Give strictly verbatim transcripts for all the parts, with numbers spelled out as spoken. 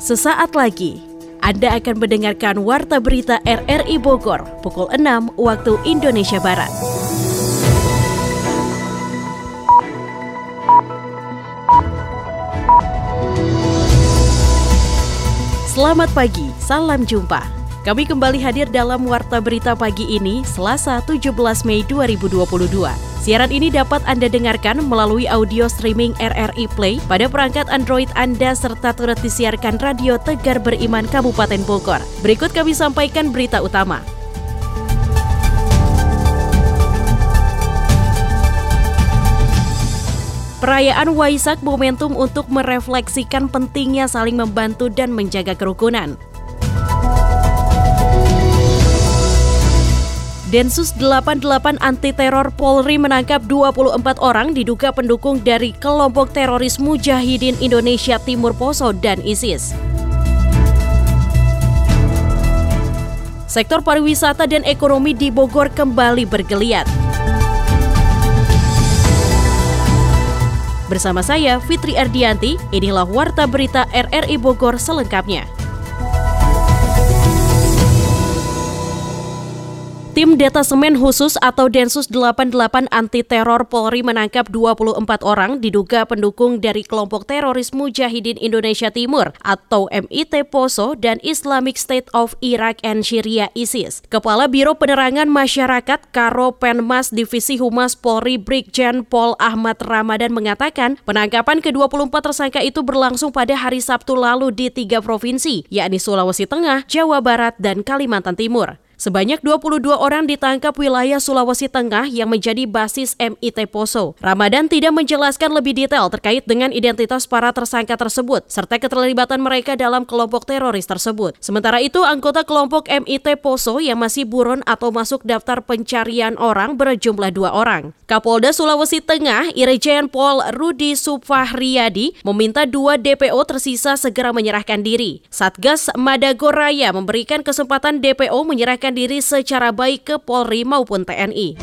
Sesaat lagi, Anda akan mendengarkan Warta Berita R R I Bogor pukul enam waktu Indonesia Barat. Selamat pagi, salam jumpa. Kami kembali hadir dalam Warta Berita pagi ini, Selasa tujuh belas Mei dua ribu dua puluh dua. Siaran ini dapat Anda dengarkan melalui audio streaming R R I Play pada perangkat Android Anda serta turut disiarkan Radio Tegar Beriman Kabupaten Bogor. Berikut kami sampaikan berita utama. Perayaan Waisak momentum untuk merefleksikan pentingnya saling membantu dan menjaga kerukunan. Densus delapan puluh delapan Anti Teror Polri menangkap dua puluh empat orang diduga pendukung dari kelompok teroris Mujahidin Indonesia Timur Poso dan ISIS. Sektor pariwisata dan ekonomi di Bogor kembali bergeliat. Bersama saya, Fitri Ardianti, inilah Warta Berita R R I Bogor selengkapnya. Tim Detasemen Khusus atau Densus delapan puluh delapan Anti Teror Polri menangkap dua puluh empat orang diduga pendukung dari kelompok teroris Mujahidin Indonesia Timur atau M I T Poso dan Islamic State of Iraq and Syria ISIS. Kepala Biro Penerangan Masyarakat Karo Penmas Divisi Humas Polri Brigjen Pol Ahmad Ramadan mengatakan penangkapan ke dua puluh empat tersangka itu berlangsung pada hari Sabtu lalu di tiga provinsi, yakni Sulawesi Tengah, Jawa Barat, dan Kalimantan Timur. Sebanyak dua puluh dua orang ditangkap wilayah Sulawesi Tengah yang menjadi basis M I T Poso. Ramadan tidak menjelaskan lebih detail terkait dengan identitas para tersangka tersebut, serta keterlibatan mereka dalam kelompok teroris tersebut. Sementara itu, anggota kelompok M I T Poso yang masih buron atau masuk daftar pencarian orang berjumlah dua orang. Kapolda Sulawesi Tengah, Irjen Pol Rudi Sufahriyadi, meminta dua D P O tersisa segera menyerahkan diri. Satgas Madagoraya memberikan kesempatan D P O menyerahkan diri secara baik ke Polri maupun T N I.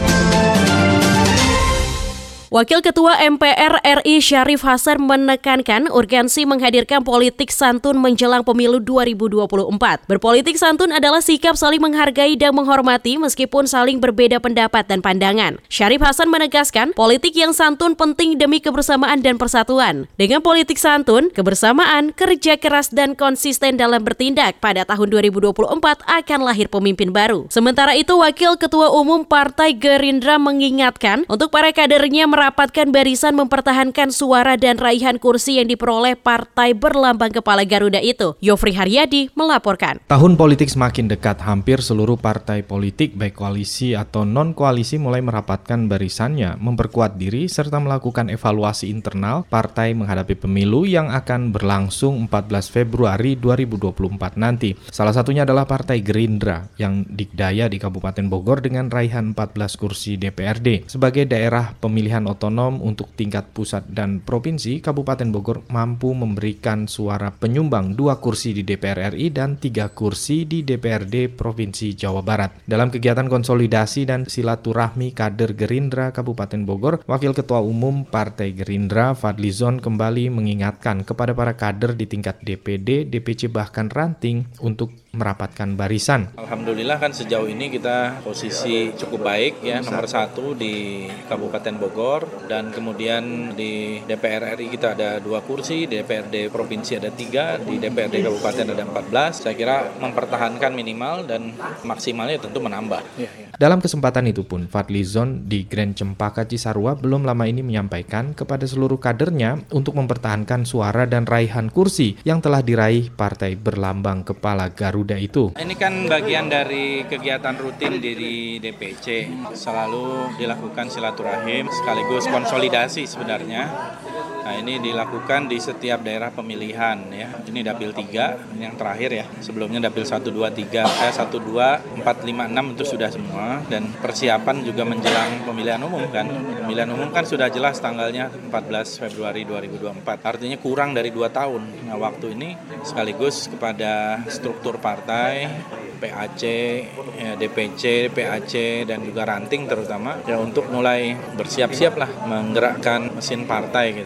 Wakil Ketua M P R R I Syarif Hasan menekankan urgensi menghadirkan politik santun menjelang pemilu dua ribu dua puluh empat. Berpolitik santun adalah sikap saling menghargai dan menghormati meskipun saling berbeda pendapat dan pandangan. Syarif Hasan menegaskan politik yang santun penting demi kebersamaan dan persatuan. Dengan politik santun, kebersamaan, kerja keras dan konsisten dalam bertindak, pada tahun dua ribu dua puluh empat akan lahir pemimpin baru. Sementara itu, Wakil Ketua Umum Partai Gerindra mengingatkan untuk para kadernya merapatkan barisan mempertahankan suara dan raihan kursi yang diperoleh partai berlambang kepala Garuda itu. Yofri Haryadi melaporkan. Tahun politik semakin dekat, hampir seluruh partai politik baik koalisi atau non-koalisi mulai merapatkan barisannya, memperkuat diri serta melakukan evaluasi internal partai menghadapi pemilu yang akan berlangsung empat belas Februari dua ribu dua puluh empat nanti. Salah satunya adalah Partai Gerindra yang dikdaya di Kabupaten Bogor dengan raihan empat belas kursi D P R D. Sebagai daerah pemilihan otonom untuk tingkat pusat dan provinsi, Kabupaten Bogor mampu memberikan suara penyumbang dua kursi di D P R R I dan tiga kursi di D P R D Provinsi Jawa Barat. Dalam kegiatan konsolidasi dan silaturahmi kader Gerindra Kabupaten Bogor, Wakil Ketua Umum Partai Gerindra Fadlizon kembali mengingatkan kepada para kader di tingkat D P D, D P C bahkan ranting untuk merapatkan barisan. Alhamdulillah kan sejauh ini kita posisi cukup baik ya, nomor satu di Kabupaten Bogor, dan kemudian di D P R R I kita ada dua kursi, di D P R D Provinsi ada tiga, di D P R D Kabupaten ada empat belas. Saya kira mempertahankan minimal dan maksimalnya tentu menambah. Ya, ya. Dalam kesempatan itu pun, Fadlizon di Grand Cempaka Cisarua belum lama ini menyampaikan kepada seluruh kadernya untuk mempertahankan suara dan raihan kursi yang telah diraih partai berlambang kepala Garuda itu. Ini kan bagian dari kegiatan rutin di D P C, selalu dilakukan silaturahim sekaligus konsolidasi sebenarnya. Nah, ini dilakukan di setiap daerah pemilihan ya. Ini dapil tiga, ini yang terakhir ya. Sebelumnya dapil satu, dua, tiga, eh, satu, dua, empat, lima, enam itu sudah semua, dan persiapan juga menjelang pemilihan umum kan. Pemilihan umum kan sudah jelas tanggalnya empat belas Februari dua ribu dua puluh empat. Artinya kurang dari dua tahun. Nah, waktu ini sekaligus kepada struktur partai, P A C, ya, D P C, P A C, dan juga ranting terutama ya, untuk mulai bersiap-siap lah menggerakkan mesin partai gitu ya.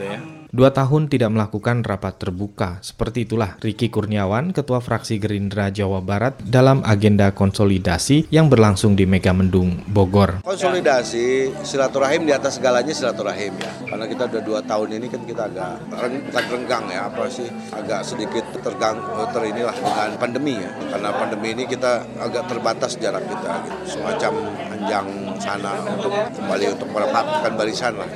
Dua tahun tidak melakukan rapat terbuka. Seperti itulah Ricky Kurniawan, Ketua Fraksi Gerindra Jawa Barat, dalam agenda konsolidasi yang berlangsung di Megamendung, Bogor. Konsolidasi, silaturahim di atas segalanya silaturahim ya. Karena kita udah dua tahun ini kan kita agak, bukan renggang ya, apa sih, agak sedikit tergang, ter inilah dengan pandemi ya. Karena pandemi ini kita agak terbatas jarak kita gitu. Semacam anjang sana untuk kembali untuk merapatkan barisan lah.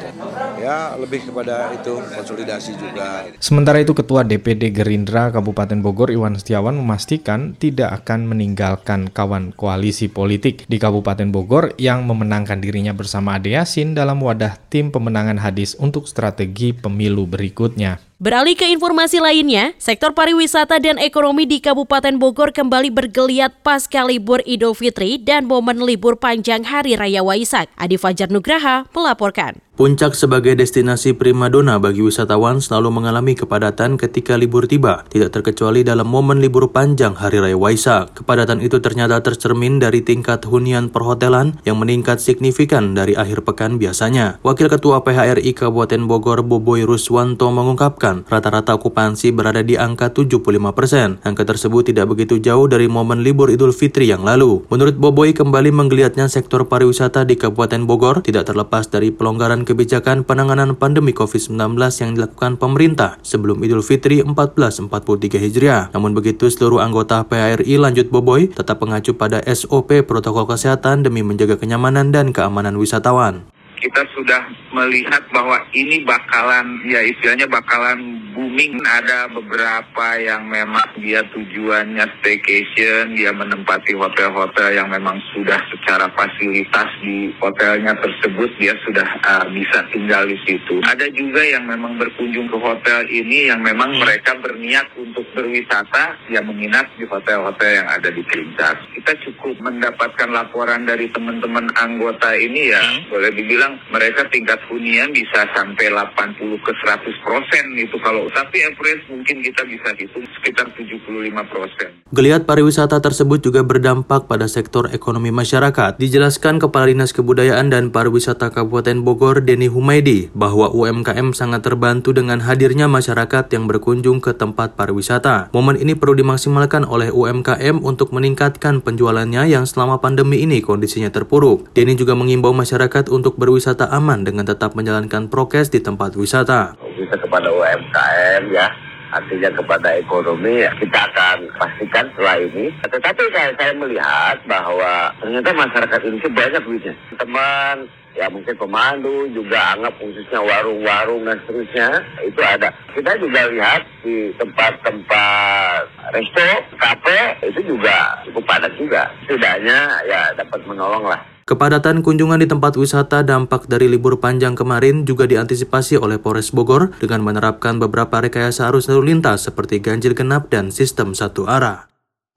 Ya lebih kepada itu konsolidasi juga. Sementara itu Ketua D P D Gerindra Kabupaten Bogor Iwan Setiawan memastikan tidak akan meninggalkan kawan koalisi politik di Kabupaten Bogor yang memenangkan dirinya bersama Ade Yasin dalam wadah tim pemenangan hadis untuk strategi pemilu berikutnya. Beralih ke informasi lainnya, sektor pariwisata dan ekonomi di Kabupaten Bogor kembali bergeliat pasca libur Idul Fitri dan momen libur panjang Hari Raya Waisak. Adi Fajar Nugraha melaporkan. Puncak sebagai destinasi primadona bagi wisatawan selalu mengalami kepadatan ketika libur tiba, tidak terkecuali dalam momen libur panjang Hari Raya Waisak. Kepadatan itu ternyata tercermin dari tingkat hunian perhotelan yang meningkat signifikan dari akhir pekan biasanya. Wakil Ketua P H R I Kabupaten Bogor Boboy Ruswanto mengungkapkan, rata-rata okupansi berada di angka tujuh puluh lima persen. Angka tersebut tidak begitu jauh dari momen libur Idul Fitri yang lalu. Menurut Boboy, kembali menggeliatnya sektor pariwisata di Kabupaten Bogor tidak terlepas dari pelonggaran kebijakan penanganan pandemi covid sembilan belas yang dilakukan pemerintah sebelum Idul Fitri seribu empat ratus empat puluh tiga Hijriah. Namun begitu, seluruh anggota P H R I, lanjut Boboy, tetap mengacu pada S O P protokol kesehatan demi menjaga kenyamanan dan keamanan wisatawan. Kita sudah melihat bahwa ini bakalan, ya istilahnya bakalan booming. Ada beberapa yang memang dia tujuannya staycation, dia menempati hotel-hotel yang memang sudah secara fasilitas di hotelnya tersebut, dia sudah uh, bisa tinggal di situ. Ada juga yang memang berkunjung ke hotel ini yang memang mereka berniat untuk berwisata, yang menginap di hotel-hotel yang ada di Puncak. Kita cukup mendapatkan laporan dari teman-teman anggota ini ya, hmm. boleh dibilang mereka tingkat hunian bisa sampai delapan puluh ke seratus persen itu kalau, tapi average mungkin kita bisa hitung sekitar tujuh puluh lima persen. Geliat pariwisata tersebut juga berdampak pada sektor ekonomi masyarakat. Dijelaskan Kepala Dinas Kebudayaan dan Pariwisata Kabupaten Bogor Denny Humaydi bahwa U M K M sangat terbantu dengan hadirnya masyarakat yang berkunjung ke tempat pariwisata. Momen ini perlu dimaksimalkan oleh U M K M untuk meningkatkan penjualannya yang selama pandemi ini kondisinya terpuruk. Denny juga mengimbau masyarakat untuk berwisata aman dengan tetap menjalankan prokes di tempat wisata. Bisa kepada U M K M ya, artinya kepada ekonomi ya, kita akan pastikan setelah ini. Tetapi saya, saya melihat bahwa ternyata masyarakat ini banyak duitnya. Teman, ya mungkin pemandu juga anggap khususnya warung-warung dan seterusnya itu ada. Kita juga lihat di tempat-tempat resto, kafe itu juga cukup padat juga. Setidaknya ya dapat menolong lah. Kepadatan kunjungan di tempat wisata dampak dari libur panjang kemarin juga diantisipasi oleh Polres Bogor dengan menerapkan beberapa rekayasa arus lalu lintas seperti ganjil genap dan sistem satu arah.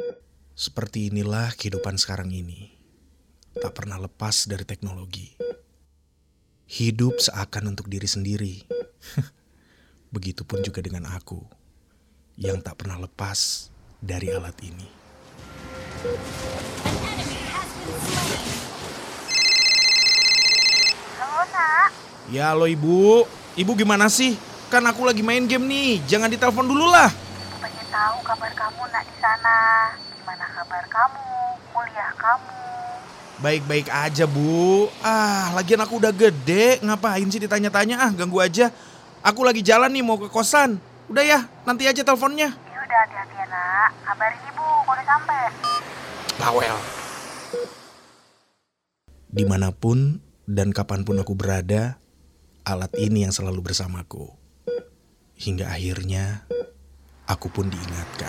Seperti inilah kehidupan sekarang ini. Tak pernah lepas dari teknologi. Hidup seakan untuk diri sendiri. Begitupun juga dengan aku yang tak pernah lepas dari alat ini. Ya halo ibu, ibu gimana sih? Kan aku lagi main game nih, jangan ditelepon dulu lah. Pengen tahu kabar kamu nak di sana. Gimana kabar kamu, kuliah kamu? Baik-baik aja bu. Ah, lagian aku udah gede, ngapain sih ditanya-tanya? Ah, ganggu aja. Aku lagi jalan nih mau ke kosan. Udah ya, nanti aja teleponnya. Ya udah, hati-hati ya nak. Kabarin ibu kalau udah sampai. Bawel. Dimanapun dan kapanpun aku berada, alat ini yang selalu bersamaku. Hingga akhirnya, aku pun diingatkan.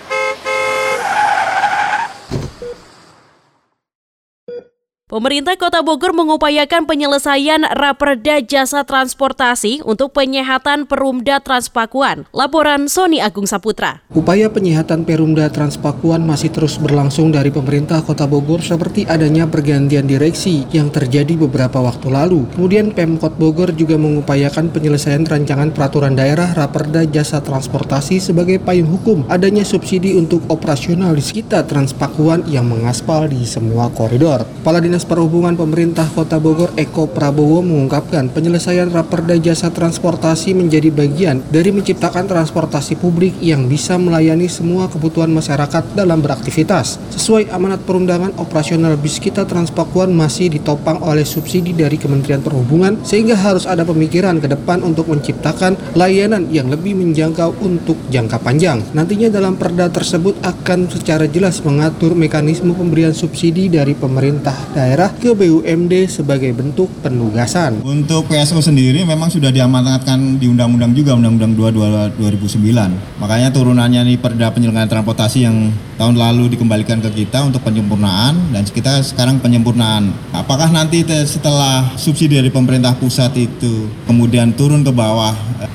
Pemerintah Kota Bogor mengupayakan penyelesaian Raperda Jasa Transportasi untuk penyehatan Perumda Transpakuan. Laporan Sony Agung Saputra. Upaya penyehatan Perumda Transpakuan masih terus berlangsung dari pemerintah Kota Bogor seperti adanya pergantian direksi yang terjadi beberapa waktu lalu. Kemudian Pemkot Bogor juga mengupayakan penyelesaian rancangan peraturan daerah Raperda Jasa Transportasi sebagai payung hukum adanya subsidi untuk operasional di sekitar Transpakuan yang mengaspal di semua koridor. Kepala Dinas Dinas Perhubungan Pemerintah Kota Bogor Eko Prabowo mengungkapkan penyelesaian Raperda Jasa Transportasi menjadi bagian dari menciptakan transportasi publik yang bisa melayani semua kebutuhan masyarakat dalam beraktivitas. Sesuai amanat perundangan, operasional bis kita Transpakuan masih ditopang oleh subsidi dari Kementerian Perhubungan, sehingga harus ada pemikiran ke depan untuk menciptakan layanan yang lebih menjangkau untuk jangka panjang. Nantinya dalam perda tersebut akan secara jelas mengatur mekanisme pemberian subsidi dari pemerintah daerah ke B U M D sebagai bentuk penugasan. Untuk P S O sendiri memang sudah diamanatkan di undang-undang juga, Undang-Undang dua puluh dua dua ribu sembilan. Makanya turunannya nih perda penyelenggaraan transportasi yang tahun lalu dikembalikan ke kita untuk penyempurnaan, dan kita sekarang penyempurnaan. Apakah nanti setelah subsidi dari pemerintah pusat itu kemudian turun ke bawah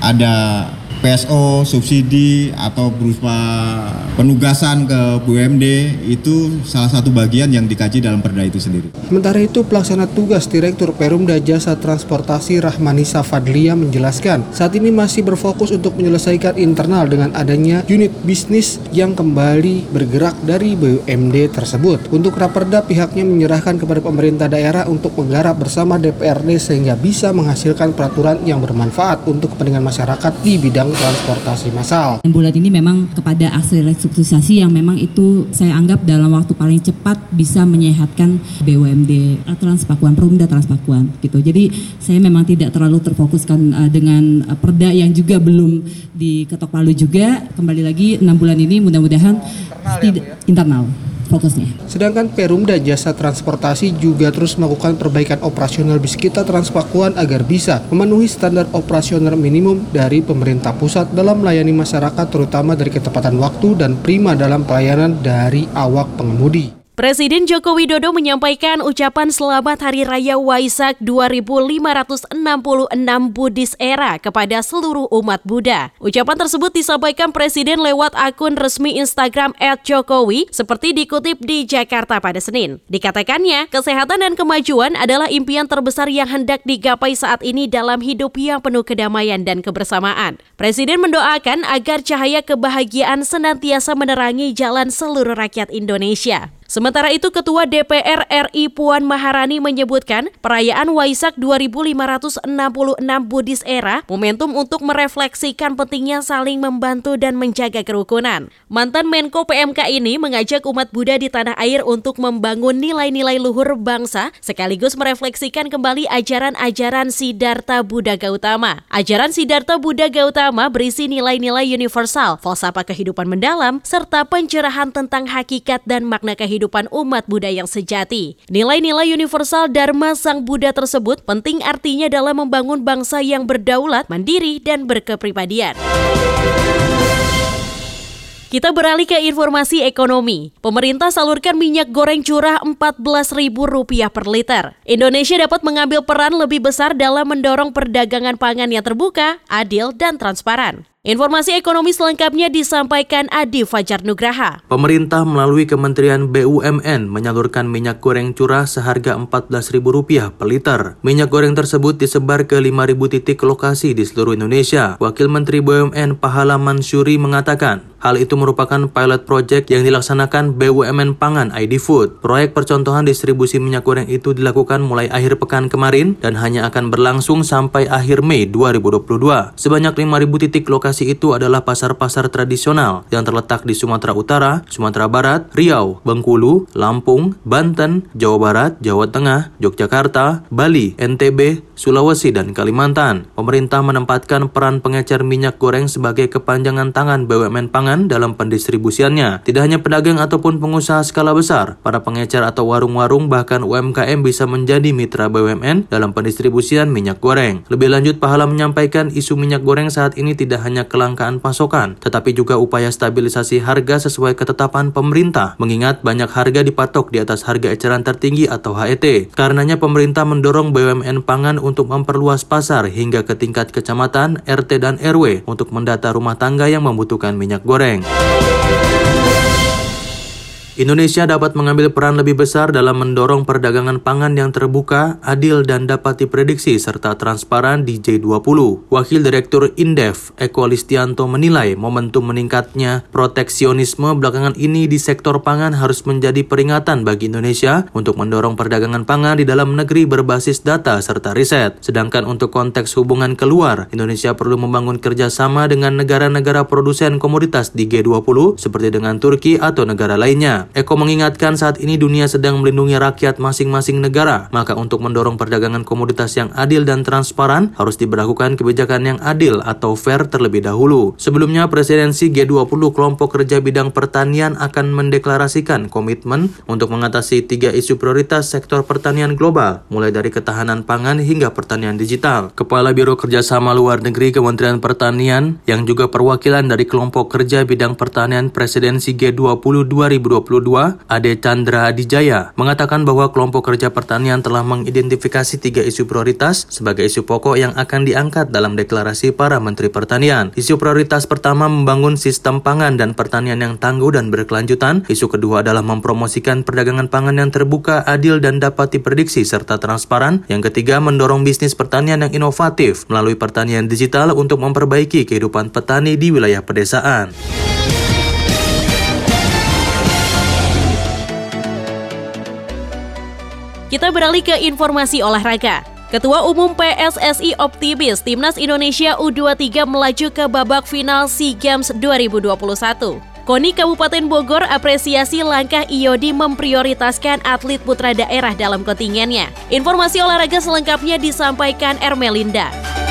ada P S O, subsidi atau berupa penugasan ke B U M D, itu salah satu bagian yang dikaji dalam perda itu sendiri. Sementara itu, pelaksana tugas Direktur Perumda Jasa Transportasi Rahmanisa Fadlia menjelaskan, saat ini masih berfokus untuk menyelesaikan internal dengan adanya unit bisnis yang kembali bergerak dari B U M D tersebut. Untuk Raperda, pihaknya menyerahkan kepada pemerintah daerah untuk menggarap bersama D P R D sehingga bisa menghasilkan peraturan yang bermanfaat untuk kepentingan masyarakat di bidang transportasi massal. Bulan ini memang kepada aksi restrukturisasi yang memang itu saya anggap dalam waktu paling cepat bisa menyehatkan B U M D Transpakuan, Perumda Transpakuan gitu. Jadi saya memang tidak terlalu terfokuskan uh, dengan uh, perda yang juga belum diketok palu juga. Kembali lagi enam bulan ini mudah-mudahan internal, tidak, ya, internal fokusnya. Sedangkan Perumda Jasa Transportasi juga terus melakukan perbaikan operasional bis kita Transpakuan agar bisa memenuhi standar operasional minimum dari pemerintah pusat dalam melayani masyarakat, terutama dari ketepatan waktu dan prima dalam pelayanan dari awak pengemudi. Presiden Joko Widodo menyampaikan ucapan selamat Hari Raya Waisak dua ribu lima ratus enam puluh enam Buddhist Era kepada seluruh umat Buddha. Ucapan tersebut disampaikan Presiden lewat akun resmi Instagram et jokowi seperti dikutip di Jakarta pada Senin. Dikatakannya, kesehatan dan kemajuan adalah impian terbesar yang hendak digapai saat ini dalam hidup yang penuh kedamaian dan kebersamaan. Presiden mendoakan agar cahaya kebahagiaan senantiasa menerangi jalan seluruh rakyat Indonesia. Sementara itu, Ketua D P R R I Puan Maharani menyebutkan perayaan Waisak dua ribu lima ratus enam puluh enam Buddhist Era momentum untuk merefleksikan pentingnya saling membantu dan menjaga kerukunan. Mantan Menko P M K ini mengajak umat Buddha di tanah air untuk membangun nilai-nilai luhur bangsa sekaligus merefleksikan kembali ajaran-ajaran Siddhartha Buddha Gautama. Ajaran Siddhartha Buddha Gautama berisi nilai-nilai universal, falsafah kehidupan mendalam, serta pencerahan tentang hakikat dan makna kehidupan kehidupan umat Buddha yang sejati. Nilai-nilai universal Dharma Sang Buddha tersebut penting artinya dalam membangun bangsa yang berdaulat, mandiri, dan berkepribadian. Kita beralih ke informasi ekonomi. Pemerintah salurkan minyak goreng curah empat belas ribu rupiah per liter. Indonesia dapat mengambil peran lebih besar dalam mendorong perdagangan pangan yang terbuka, adil, dan transparan. Informasi ekonomi selengkapnya disampaikan Adi Fajar Nugraha. Pemerintah melalui Kementerian B U M N menyalurkan minyak goreng curah seharga empat belas ribu rupiah per liter. Minyak goreng tersebut disebar ke lima ribu titik lokasi di seluruh Indonesia. Wakil Menteri B U M N Pahala Mansuri mengatakan, hal itu merupakan pilot project yang dilaksanakan B U M N Pangan I D Food. Proyek percontohan distribusi minyak goreng itu dilakukan mulai akhir pekan kemarin dan hanya akan berlangsung sampai akhir Mei dua ribu dua puluh dua. Sebanyak lima ribu titik lokasi itu adalah pasar-pasar tradisional yang terletak di Sumatera Utara, Sumatera Barat, Riau, Bengkulu, Lampung, Banten, Jawa Barat, Jawa Tengah, Yogyakarta, Bali, N T B, Sulawesi, dan Kalimantan. Pemerintah menempatkan peran pengecer minyak goreng sebagai kepanjangan tangan B U M N Pangan dalam pendistribusiannya. Tidak hanya pedagang ataupun pengusaha skala besar, para pengecer atau warung-warung bahkan U M K M bisa menjadi mitra B U M N dalam pendistribusian minyak goreng. Lebih lanjut, Pahala menyampaikan isu minyak goreng saat ini tidak hanya kelangkaan pasokan, tetapi juga upaya stabilisasi harga sesuai ketetapan pemerintah, mengingat banyak harga dipatok di atas harga eceran tertinggi atau H E T. Karenanya pemerintah mendorong B U M N Pangan untuk memperluas pasar hingga ke tingkat kecamatan, R T, dan R W untuk mendata rumah tangga yang membutuhkan minyak goreng. Indonesia dapat mengambil peran lebih besar dalam mendorong perdagangan pangan yang terbuka, adil, dan dapat diprediksi serta transparan di G dua puluh. Wakil Direktur Indef, Eko Listianto, menilai momentum meningkatnya proteksionisme belakangan ini di sektor pangan harus menjadi peringatan bagi Indonesia untuk mendorong perdagangan pangan di dalam negeri berbasis data serta riset. Sedangkan untuk konteks hubungan keluar, Indonesia perlu membangun kerjasama dengan negara-negara produsen komoditas di G dua puluh seperti dengan Turki atau negara lainnya. Eko mengingatkan saat ini dunia sedang melindungi rakyat masing-masing negara, maka untuk mendorong perdagangan komoditas yang adil dan transparan harus diberlakukan kebijakan yang adil atau fair terlebih dahulu. Sebelumnya, presidensi G dua puluh kelompok kerja bidang pertanian akan mendeklarasikan komitmen untuk mengatasi tiga isu prioritas sektor pertanian global, mulai dari ketahanan pangan hingga pertanian digital. Kepala Biro Kerjasama Luar Negeri Kementerian Pertanian yang juga perwakilan dari kelompok kerja bidang pertanian presidensi G dua puluh dua ribu dua puluh dua, Ade Chandra Adijaya, mengatakan bahwa kelompok kerja pertanian telah mengidentifikasi tiga isu prioritas sebagai isu pokok yang akan diangkat dalam deklarasi para Menteri Pertanian. Isu prioritas pertama membangun sistem pangan dan pertanian yang tangguh dan berkelanjutan. Isu kedua adalah mempromosikan perdagangan pangan yang terbuka, adil, dan dapat diprediksi serta transparan. Yang ketiga, mendorong bisnis pertanian yang inovatif melalui pertanian digital untuk memperbaiki kehidupan petani di wilayah pedesaan. Kita beralih ke informasi olahraga. Ketua Umum P S S I optimis Timnas Indonesia U dua puluh tiga melaju ke babak final SEA Games dua ribu dua puluh satu. KONI Kabupaten Bogor apresiasi langkah I O D memprioritaskan atlet putra daerah dalam kontingennya. Informasi olahraga selengkapnya disampaikan Ermelinda.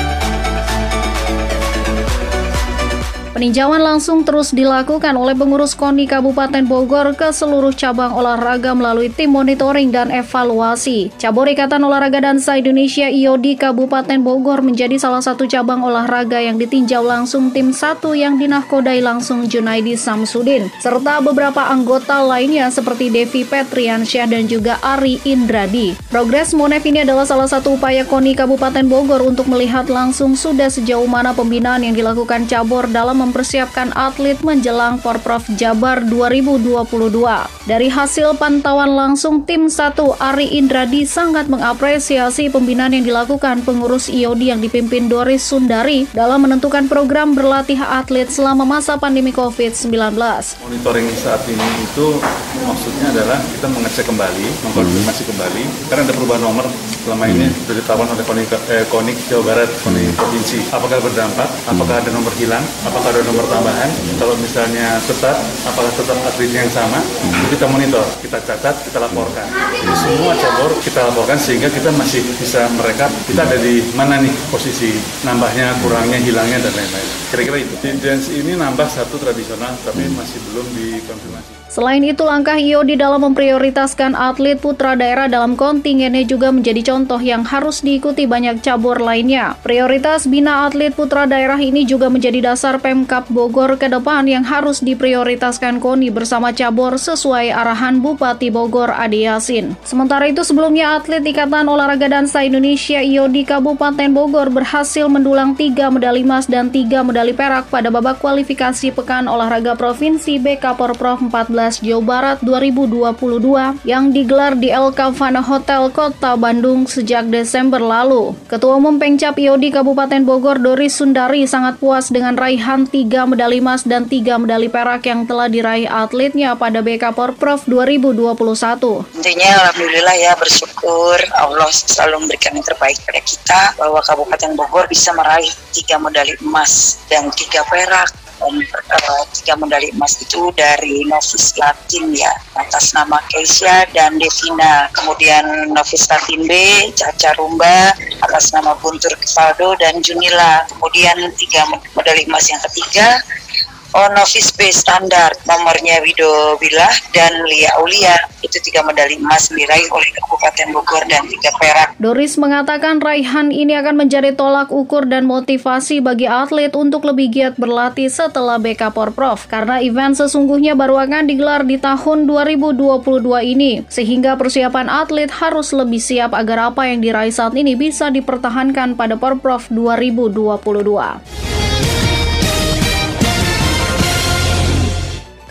Peninjauan langsung terus dilakukan oleh pengurus KONI Kabupaten Bogor ke seluruh cabang olahraga melalui tim monitoring dan evaluasi. Cabur Ikatan Olahraga Dansa Indonesia I O D Kabupaten Bogor menjadi salah satu cabang olahraga yang ditinjau langsung tim satu yang dinahkodai langsung Junaidi Samsudin, serta beberapa anggota lainnya seperti Devi Petriansyah dan juga Ari Indradi. Progres Monef ini adalah salah satu upaya KONI Kabupaten Bogor untuk melihat langsung sudah sejauh mana pembinaan yang dilakukan cabur dalam mempersiapkan atlet menjelang Porprov Jabar dua ribu dua puluh dua. Dari hasil pantauan langsung tim satu, Ari Indradi sangat mengapresiasi pembinaan yang dilakukan pengurus I O D yang dipimpin Doris Sundari dalam menentukan program berlatih atlet selama masa pandemi covid sembilan belas. Monitoring saat ini itu maksudnya adalah kita mengecek kembali, mengkonfirmasi kembali, karena ada perubahan nomor selama ini sudah ditetapkan oleh KONI, eh, KONI Jawa Barat, KONI Provinsi. Apakah berdampak? Apakah ada nomor hilang? Apakah ada nomor tambahan? Kalau misalnya tetap, apakah tetap atletnya yang sama? Itu kita monitor, kita catat, kita laporkan. Jadi semua cabur kita laporkan sehingga kita masih bisa merekap kita ada di mana nih posisi nambahnya, kurangnya, hilangnya, dan lain-lain. Kira-kira itu. Dance ini nambah satu tradisional, tapi masih belum dikonfirmasi. Selain itu, langkah I O D dalam memprioritaskan atlet putra daerah dalam kontingennya juga menjadi contoh yang harus diikuti banyak cabur lainnya. Prioritas bina atlet putra daerah ini juga menjadi dasar Pemkab Bogor ke depan yang harus diprioritaskan KONI bersama cabur sesuai arahan Bupati Bogor Ade Yasin. Sementara itu, sebelumnya atlet Ikatan Olahraga Dansa Indonesia I O D Kabupaten Bogor berhasil mendulang tiga medali emas dan tiga medali perak pada babak kualifikasi Pekan Olahraga Provinsi B K Porprov empat belas Jawa Barat dua ribu dua puluh dua yang digelar di El Cavana Hotel Kota Bandung sejak Desember lalu. Ketua Umum Pengcap I O D Kabupaten Bogor Doris Sundari sangat puas dengan raihan tiga medali emas dan tiga medali perak yang telah diraih atletnya pada B K Porprov dua ribu dua puluh satu. Intinya alhamdulillah ya, bersyukur Allah selalu memberikan yang terbaik pada kita bahwa Kabupaten Bogor bisa meraih tiga medali emas dan tiga perak. Dan uh, tiga medali emas itu dari novice Latin ya, atas nama Keisha dan Devina. Kemudian novice Latin B, Caca Rumba, atas nama Guntur Kevaldo dan Junila. Kemudian tiga medali emas yang ketiga, oh, novice B standar, nomornya Wido Bilah dan Lia Aulia. Itu tiga medali emas diraih oleh Kabupaten Bogor dan tiga perak. Doris mengatakan raihan ini akan menjadi tolak ukur dan motivasi bagi atlet untuk lebih giat berlatih setelah B K Porprov, karena event sesungguhnya baru akan digelar di tahun dua ribu dua puluh dua ini, sehingga persiapan atlet harus lebih siap agar apa yang diraih saat ini bisa dipertahankan pada Porprov dua ribu dua puluh dua.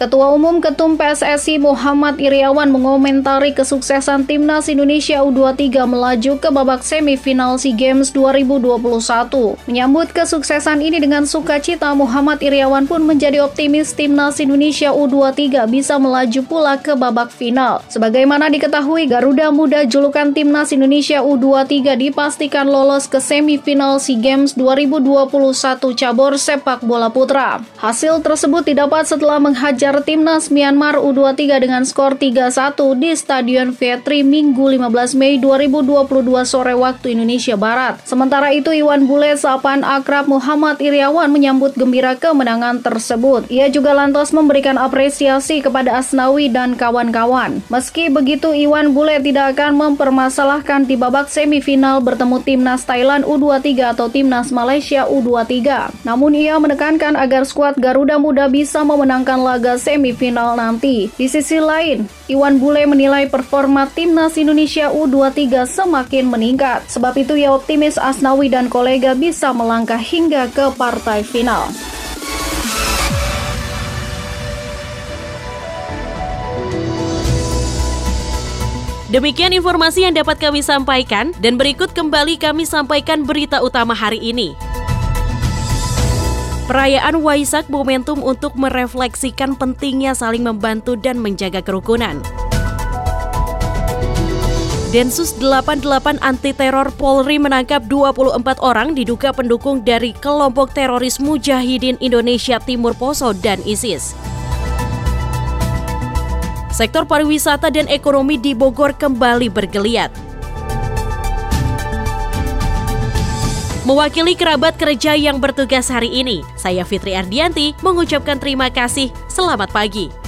Ketua Umum Ketum P S S I Muhammad Iriawan mengomentari kesuksesan Timnas Indonesia U dua puluh tiga melaju ke babak semifinal SEA Games dua ribu dua puluh satu. Menyambut kesuksesan ini dengan sukacita, Muhammad Iriawan pun menjadi optimis Timnas Indonesia U dua puluh tiga bisa melaju pula ke babak final. Sebagaimana diketahui, Garuda Muda julukan Timnas Indonesia U dua puluh tiga dipastikan lolos ke semifinal SEA Games dua ribu dua puluh satu cabur sepak bola putra. Hasil tersebut didapat setelah menghajar Timnas Myanmar U dua puluh tiga dengan skor tiga satu di Stadion Vietri Minggu lima belas Mei dua ribu dua puluh dua sore waktu Indonesia Barat. Sementara itu, Iwan Bule, sapaan akrab Muhammad Iriawan, menyambut gembira kemenangan tersebut. Ia juga lantas memberikan apresiasi kepada Asnawi dan kawan-kawan. Meski begitu, Iwan Bule tidak akan mempermasalahkan di babak semifinal bertemu Timnas Thailand U dua puluh tiga atau Timnas Malaysia U dua puluh tiga. Namun ia menekankan agar skuad Garuda Muda bisa memenangkan laga semifinal nanti. Di sisi lain, Iwan Bule menilai performa Timnas Indonesia U dua puluh tiga semakin meningkat. Sebab itu ia optimis Asnawi dan kolega bisa melangkah hingga ke partai final. Demikian informasi yang dapat kami sampaikan, dan berikut kembali kami sampaikan berita utama hari ini. Perayaan Waisak momentum untuk merefleksikan pentingnya saling membantu dan menjaga kerukunan. Densus delapan puluh delapan anti teror Polri menangkap dua puluh empat orang diduga pendukung dari kelompok teroris Mujahidin Indonesia Timur Poso dan ISIS. Sektor pariwisata dan ekonomi di Bogor kembali bergeliat. Mewakili kerabat kerja yang bertugas hari ini, saya Fitri Ardianti mengucapkan terima kasih. Selamat pagi.